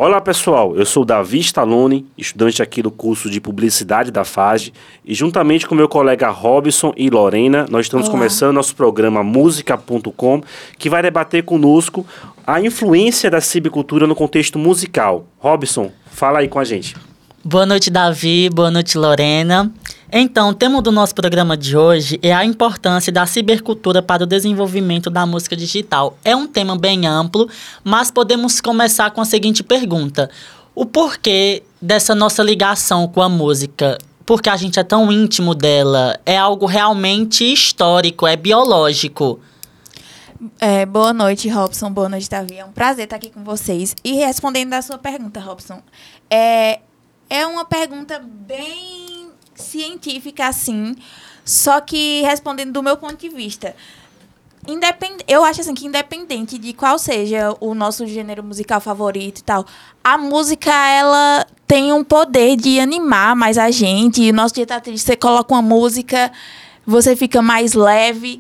Olá pessoal, eu sou Davi Stallone, estudante aqui do curso de Publicidade da FAGE, e juntamente com meu colega Robson e Lorena, nós estamos começando nosso programa Música.com, que vai debater conosco a influência da cibicultura no contexto musical. Robson, fala aí com a gente. Boa noite, Davi. Boa noite, Lorena. Então, o tema do nosso programa de hoje é a importância da cibercultura para o desenvolvimento da música digital. É um tema bem amplo, mas podemos começar com a seguinte pergunta. O porquê dessa nossa ligação com a música? Por que a gente é tão íntimo dela? É algo realmente histórico, é biológico. Boa noite, Robson. Boa noite, Davi. É um prazer estar aqui com vocês. E respondendo a sua pergunta, Robson, é uma pergunta bem científica, assim, só que respondendo do meu ponto de vista. Eu acho assim que independente de qual seja o nosso gênero musical favorito e tal, a música, ela tem um poder de animar mais a gente. O nosso dia tá triste, você coloca uma música, você fica mais leve.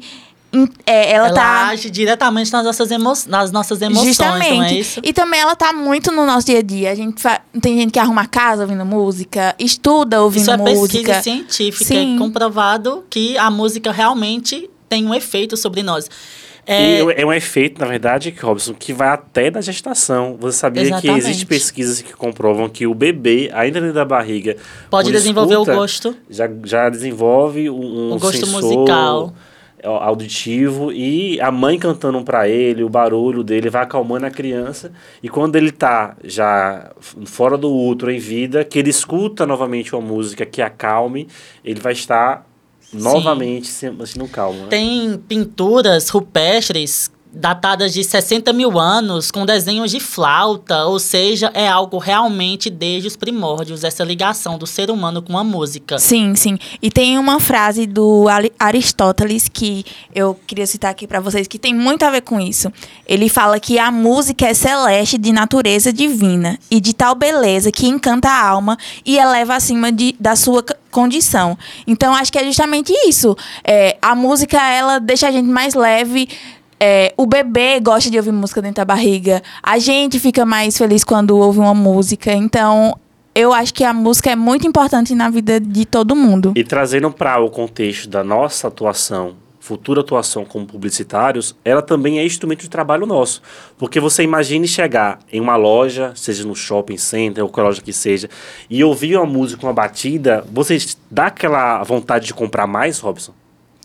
Ela age diretamente nas nossas emoções, justamente. Não é isso? E também ela tá muito no nosso dia a dia. Tem gente que arruma a casa ouvindo música, estuda ouvindo música. Isso é pesquisa científica, Sim. É comprovado que a música realmente tem um efeito sobre nós. É um efeito, na verdade, Robson, que vai até da gestação. Você sabia Exatamente. que existem pesquisas que comprovam que o bebê, ainda dentro da barriga, Pode desenvolver o gosto. Já desenvolve um gosto sensor musical auditivo, e a mãe cantando pra ele, o barulho dele vai acalmando a criança, e quando ele tá já fora do útero, em vida, que ele escuta novamente uma música que acalme, ele vai estar novamente sentindo calmo, né? Tem pinturas rupestres datadas de 60 mil anos, com desenhos de flauta, ou seja, é algo realmente desde os primórdios, essa ligação do ser humano com a música. Sim, sim. E tem uma frase do Aristóteles que eu queria citar aqui para vocês, que tem muito a ver com isso. Ele fala que a música é celeste, de natureza divina, e de tal beleza que encanta a alma e eleva acima da sua condição. Então, acho que é justamente isso. A música, ela deixa a gente mais leve. O bebê gosta de ouvir música dentro da barriga. A gente fica mais feliz quando ouve uma música. Então, eu acho que a música é muito importante na vida de todo mundo. E trazendo para o contexto da nossa atuação, futura atuação como publicitários, ela também é instrumento de trabalho nosso. Porque você imagine chegar em uma loja, seja no shopping center ou qualquer loja que seja, e ouvir uma música, uma batida, você dá aquela vontade de comprar mais, Robson?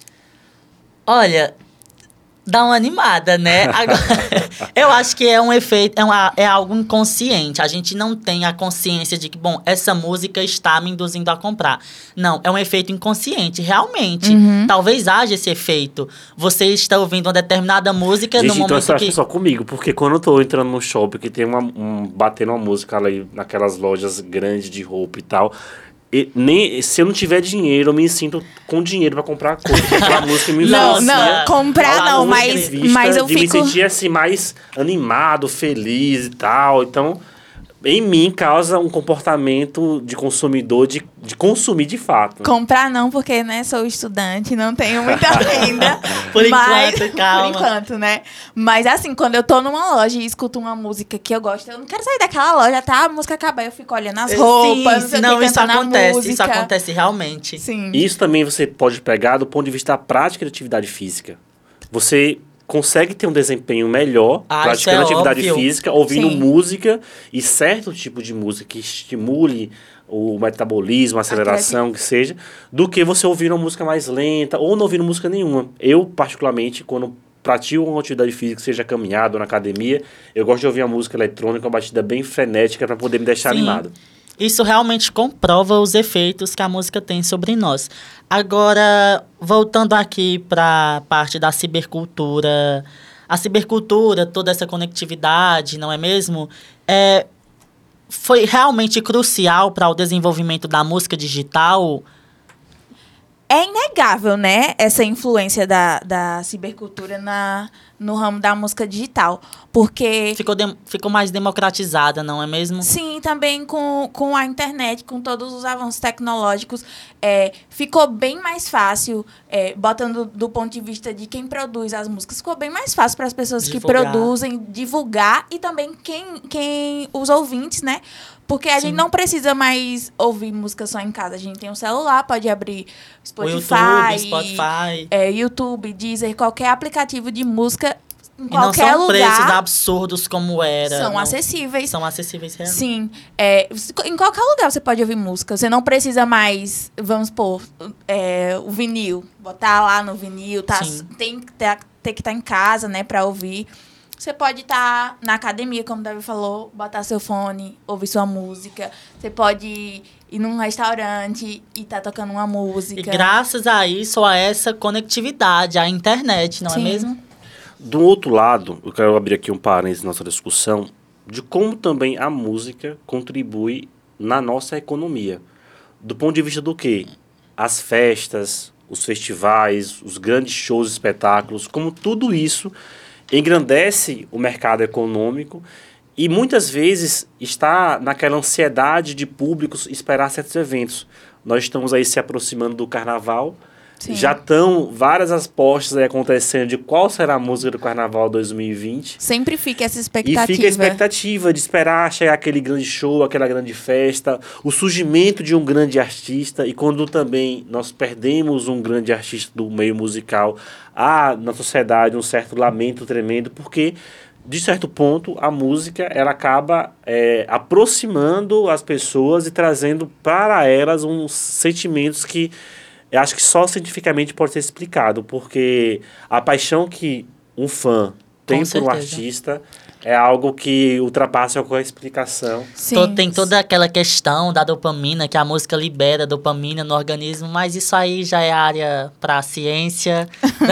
Olha, dá uma animada, né? Agora, eu acho que é um efeito, é algo inconsciente. A gente não tem a consciência de que, bom, essa música está me induzindo a comprar. Não, é um efeito inconsciente, realmente. Talvez haja esse efeito. Você está ouvindo uma determinada música Gente, no momento então você acha só comigo, porque quando eu tô entrando no shopping que tem batendo uma música ali naquelas lojas grandes de roupa e tal, se eu não tiver dinheiro, eu me sinto com dinheiro pra comprar coisa. A música me Não, influencia. comprar não, mas eu de fico... me sentir assim mais animado, feliz e tal. Então, em mim causa um comportamento de consumidor de consumir de fato. Comprar não, porque, né, sou estudante, não tenho muita renda. Por enquanto, calma. Por enquanto, né? Mas assim, quando eu tô numa loja e escuto uma música que eu gosto, eu não quero sair daquela loja, tá? A música acabar, eu fico olhando as roupas, Sim, não, isso acontece, música. isso acontece realmente. Sim. Isso também você pode pegar do ponto de vista da prática de atividade física. Você consegue ter um desempenho melhor praticando atividade física, ouvindo música e certo tipo de música que estimule o metabolismo, a aceleração, que seja, do que você ouvir uma música mais lenta ou não ouvindo música nenhuma. Eu, particularmente, quando pratico uma atividade física, seja caminhada ou na academia, eu gosto de ouvir uma música eletrônica, uma batida bem frenética para poder me deixar animado. Isso realmente comprova os efeitos que a música tem sobre nós. Agora, voltando aqui para a parte da cibercultura, a cibercultura, toda essa conectividade, não é mesmo? Foi realmente crucial para o desenvolvimento da música digital? É inegável, né, essa influência da cibercultura no ramo da música digital, porque... Ficou mais democratizada, não é mesmo? Sim, também com a internet, com todos os avanços tecnológicos, ficou bem mais fácil, botando do ponto de vista de quem produz as músicas, ficou bem mais fácil para as pessoas que produzem, divulgar, e também os ouvintes, né? Porque a gente não precisa mais ouvir música só em casa. A gente tem um celular, pode abrir Spotify, YouTube, Deezer, qualquer aplicativo de música em qualquer lugar. E não são preços absurdos como era. São acessíveis. São acessíveis realmente. Sim. Em qualquer lugar você pode ouvir música. Você não precisa mais, vamos supor, o vinil. Botar lá no vinil. Tem que estar em casa, né, pra ouvir. Você pode estar na academia, como o Davi falou, botar seu fone, ouvir sua música. Você pode ir num restaurante e estar tocando uma música. E graças a isso, a essa conectividade, a internet, não é mesmo? Do outro lado, eu quero abrir aqui um parênteses na nossa discussão de como também a música contribui na nossa economia. Do ponto de vista do quê? As festas, os festivais, os grandes shows, espetáculos, como tudo isso engrandece o mercado econômico e muitas vezes está naquela ansiedade de públicos esperar certos eventos. Nós estamos aí se aproximando do carnaval. Sim. Já estão várias apostas aí acontecendo de qual será a música do Carnaval 2020. Sempre fica essa expectativa. E fica a expectativa de esperar chegar aquele grande show, aquela grande festa, o surgimento de um grande artista. E quando também nós perdemos um grande artista do meio musical, há na sociedade um certo lamento tremendo, porque, de certo ponto, a música ela acaba aproximando as pessoas e trazendo para elas uns sentimentos que eu acho que só cientificamente pode ser explicado, porque a paixão que um fã tem por um artista é algo que ultrapassa qualquer explicação. Sim. Tem toda aquela questão da dopamina, que a música libera dopamina no organismo, mas isso aí já é área para a ciência.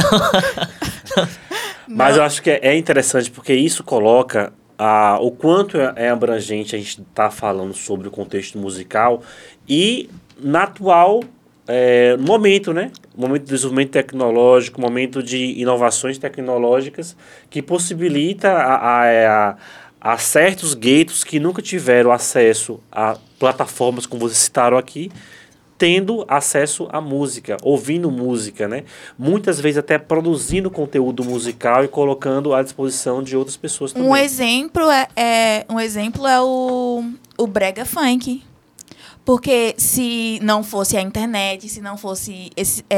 Mas eu acho que é interessante, porque isso coloca o quanto é abrangente a gente está falando sobre o contexto musical e na atual momento, né? Momento de desenvolvimento tecnológico, momento de inovações tecnológicas que possibilita a certos guetos que nunca tiveram acesso a plataformas como vocês citaram aqui, tendo acesso à música, ouvindo música, né? Muitas vezes até produzindo conteúdo musical e colocando à disposição de outras pessoas também. Um exemplo é o brega funk. Porque se não fosse a internet, se não fosse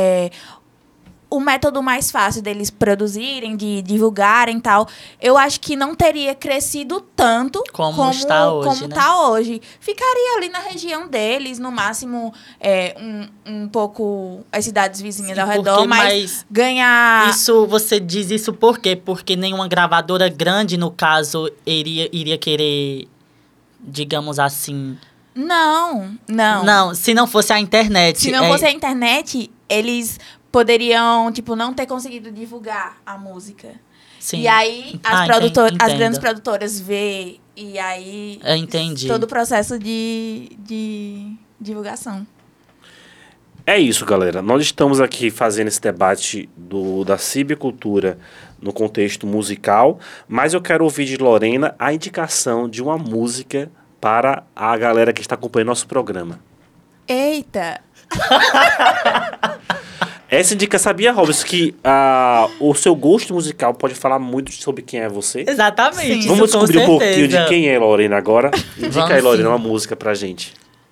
o método mais fácil deles produzirem, de divulgarem e tal, eu acho que não teria crescido tanto como está hoje. Ficaria ali na região deles, no máximo um pouco as cidades vizinhas ao redor, mas ganhar... Você diz isso por quê? Porque nenhuma gravadora grande, no caso, iria querer, digamos assim... Não, se não fosse a internet... Se não fosse a internet, eles poderiam, não ter conseguido divulgar a música. Sim. E aí, as grandes produtoras vê, e aí... Eu entendi. Todo o processo de divulgação. É isso, galera. Nós estamos aqui fazendo esse debate da cibercultura no contexto musical, mas eu quero ouvir de Lorena a indicação de uma música para a galera que está acompanhando nosso programa. Eita! Essa indica, sabia, Robson, que o seu gosto musical pode falar muito sobre quem é você? Exatamente. Sim. Vamos descobrir um pouquinho de quem é Lorena agora. Indica aí, Lorena, uma música pra gente.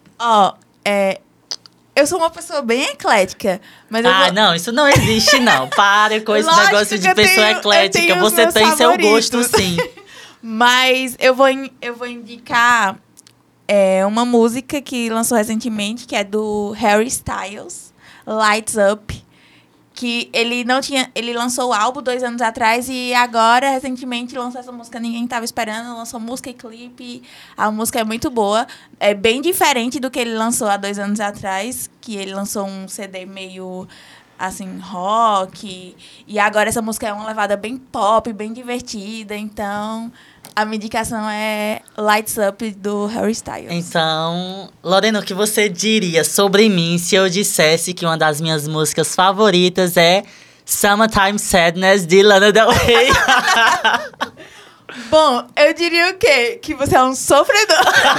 Eu sou uma pessoa bem eclética, mas não, isso não existe, não. Para com esse negócio de pessoa eclética. Você tem seu gosto, sim. Mas eu vou indicar uma música que lançou recentemente, que é do Harry Styles, Lights Up, que ele lançou o álbum 2 anos atrás e agora, recentemente, lançou essa música, ninguém estava esperando, lançou música e clipe, a música é muito boa, é bem diferente do que ele lançou há 2 anos atrás, que ele lançou um CD meio... assim, rock, e agora essa música é uma levada bem pop, bem divertida, então a minha indicação é Lights Up, do Harry Styles. Então, Lorena, o que você diria sobre mim se eu dissesse que uma das minhas músicas favoritas é Summertime Sadness, de Lana Del Rey? Bom, eu diria o quê? Que você é um sofredor.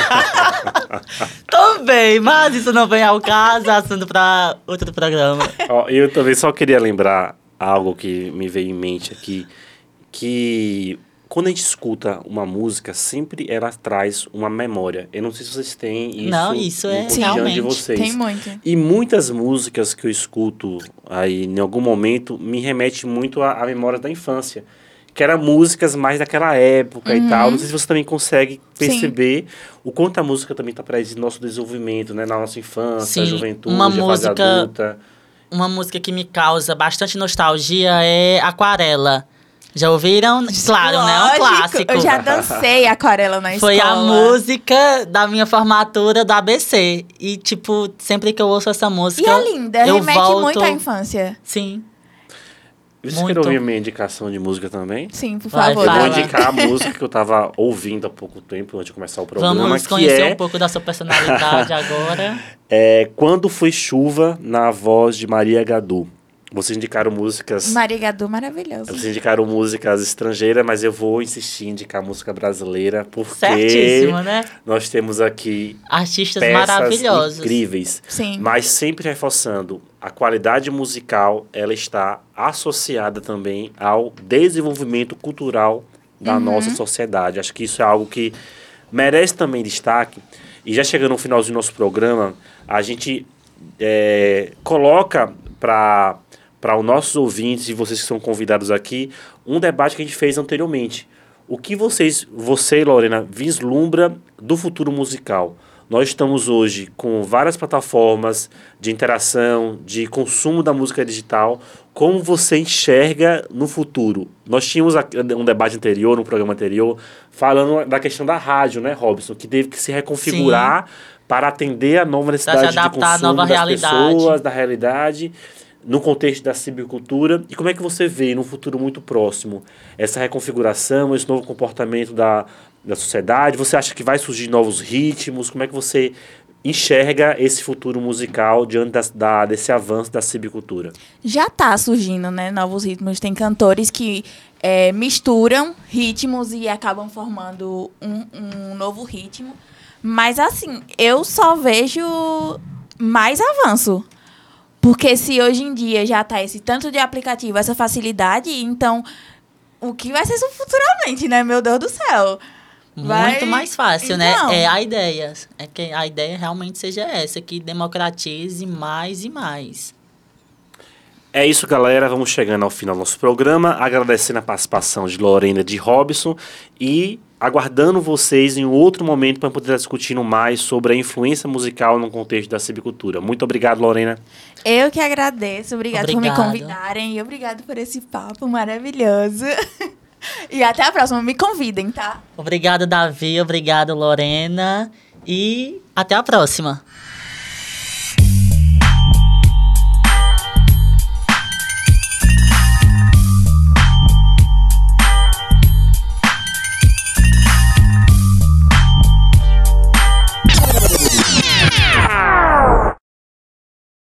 Também, mas isso não vem ao caso, assunto para outro programa. Eu também só queria lembrar algo que me veio em mente aqui, que quando a gente escuta uma música, sempre ela traz uma memória. Eu não sei se vocês têm isso, não, isso é realmente de vocês. Tem muito. E muitas músicas que eu escuto aí em algum momento me remete muito à memória da infância. Que eram músicas mais daquela época e tal. Não sei se você também consegue perceber o quanto a música também está presente no nosso desenvolvimento, né? Na nossa infância, juventude, fase adulta. Uma música que me causa bastante nostalgia é Aquarela. Já ouviram? Claro, lógico, né? É um clássico. Eu já dancei Aquarela na escola. Foi a música da minha formatura do ABC. E, tipo, sempre que eu ouço essa música, e é linda, remete muito à infância. Sim. Vocês querem ouvir a minha indicação de música também? Sim, por favor. Eu vou indicar a música que eu tava ouvindo há pouco tempo, antes de começar o programa. Vamos conhecer um pouco da sua personalidade agora. Quando Foi Chuva, na voz de Maria Gadu. Vocês indicaram músicas... Maria Gadu, maravilhosa. Vocês indicaram músicas estrangeiras, mas eu vou insistir em indicar música brasileira, porque... Certíssimo, né? Nós temos aqui... artistas peças maravilhosos. Incríveis. Sim. Mas sempre reforçando, a qualidade musical, ela está associada também ao desenvolvimento cultural da nossa sociedade. Acho que isso é algo que merece também destaque. E já chegando no finalzinho do nosso programa, a gente coloca para os nossos ouvintes e vocês que são convidados aqui, um debate que a gente fez anteriormente. O que você, Lorena, vislumbra do futuro musical? Nós estamos hoje com várias plataformas de interação, de consumo da música digital. Como você enxerga no futuro? Nós tínhamos um debate anterior, no programa anterior, falando da questão da rádio, né, Robson? Que teve que se reconfigurar para atender a nova necessidade de consumo das pessoas, da realidade, no contexto da cibicultura. E como é que você vê no futuro muito próximo essa reconfiguração, esse novo comportamento da sociedade? Você acha que vai surgir novos ritmos? Como é que você enxerga esse futuro musical diante desse avanço da cibicultura? Já está surgindo, né, novos ritmos. Tem cantores que misturam ritmos e acabam formando um novo ritmo. Mas, assim, eu só vejo mais avanço. Porque se hoje em dia já está esse tanto de aplicativo, essa facilidade, então o que vai ser isso futuramente, né? Meu Deus do céu. Muito mais fácil, né? É a ideia. É que a ideia realmente seja essa, que democratize mais e mais. É isso, galera. Vamos chegando ao final do nosso programa. Agradecendo a participação de Lorena e de Robson. E aguardando vocês em outro momento para poder estar discutindo mais sobre a influência musical no contexto da cibicultura. Muito obrigado, Lorena. Eu que agradeço. Obrigada por me convidarem. E obrigado por esse papo maravilhoso. E até a próxima. Me convidem, tá? Obrigado, Davi. Obrigado, Lorena. E até a próxima.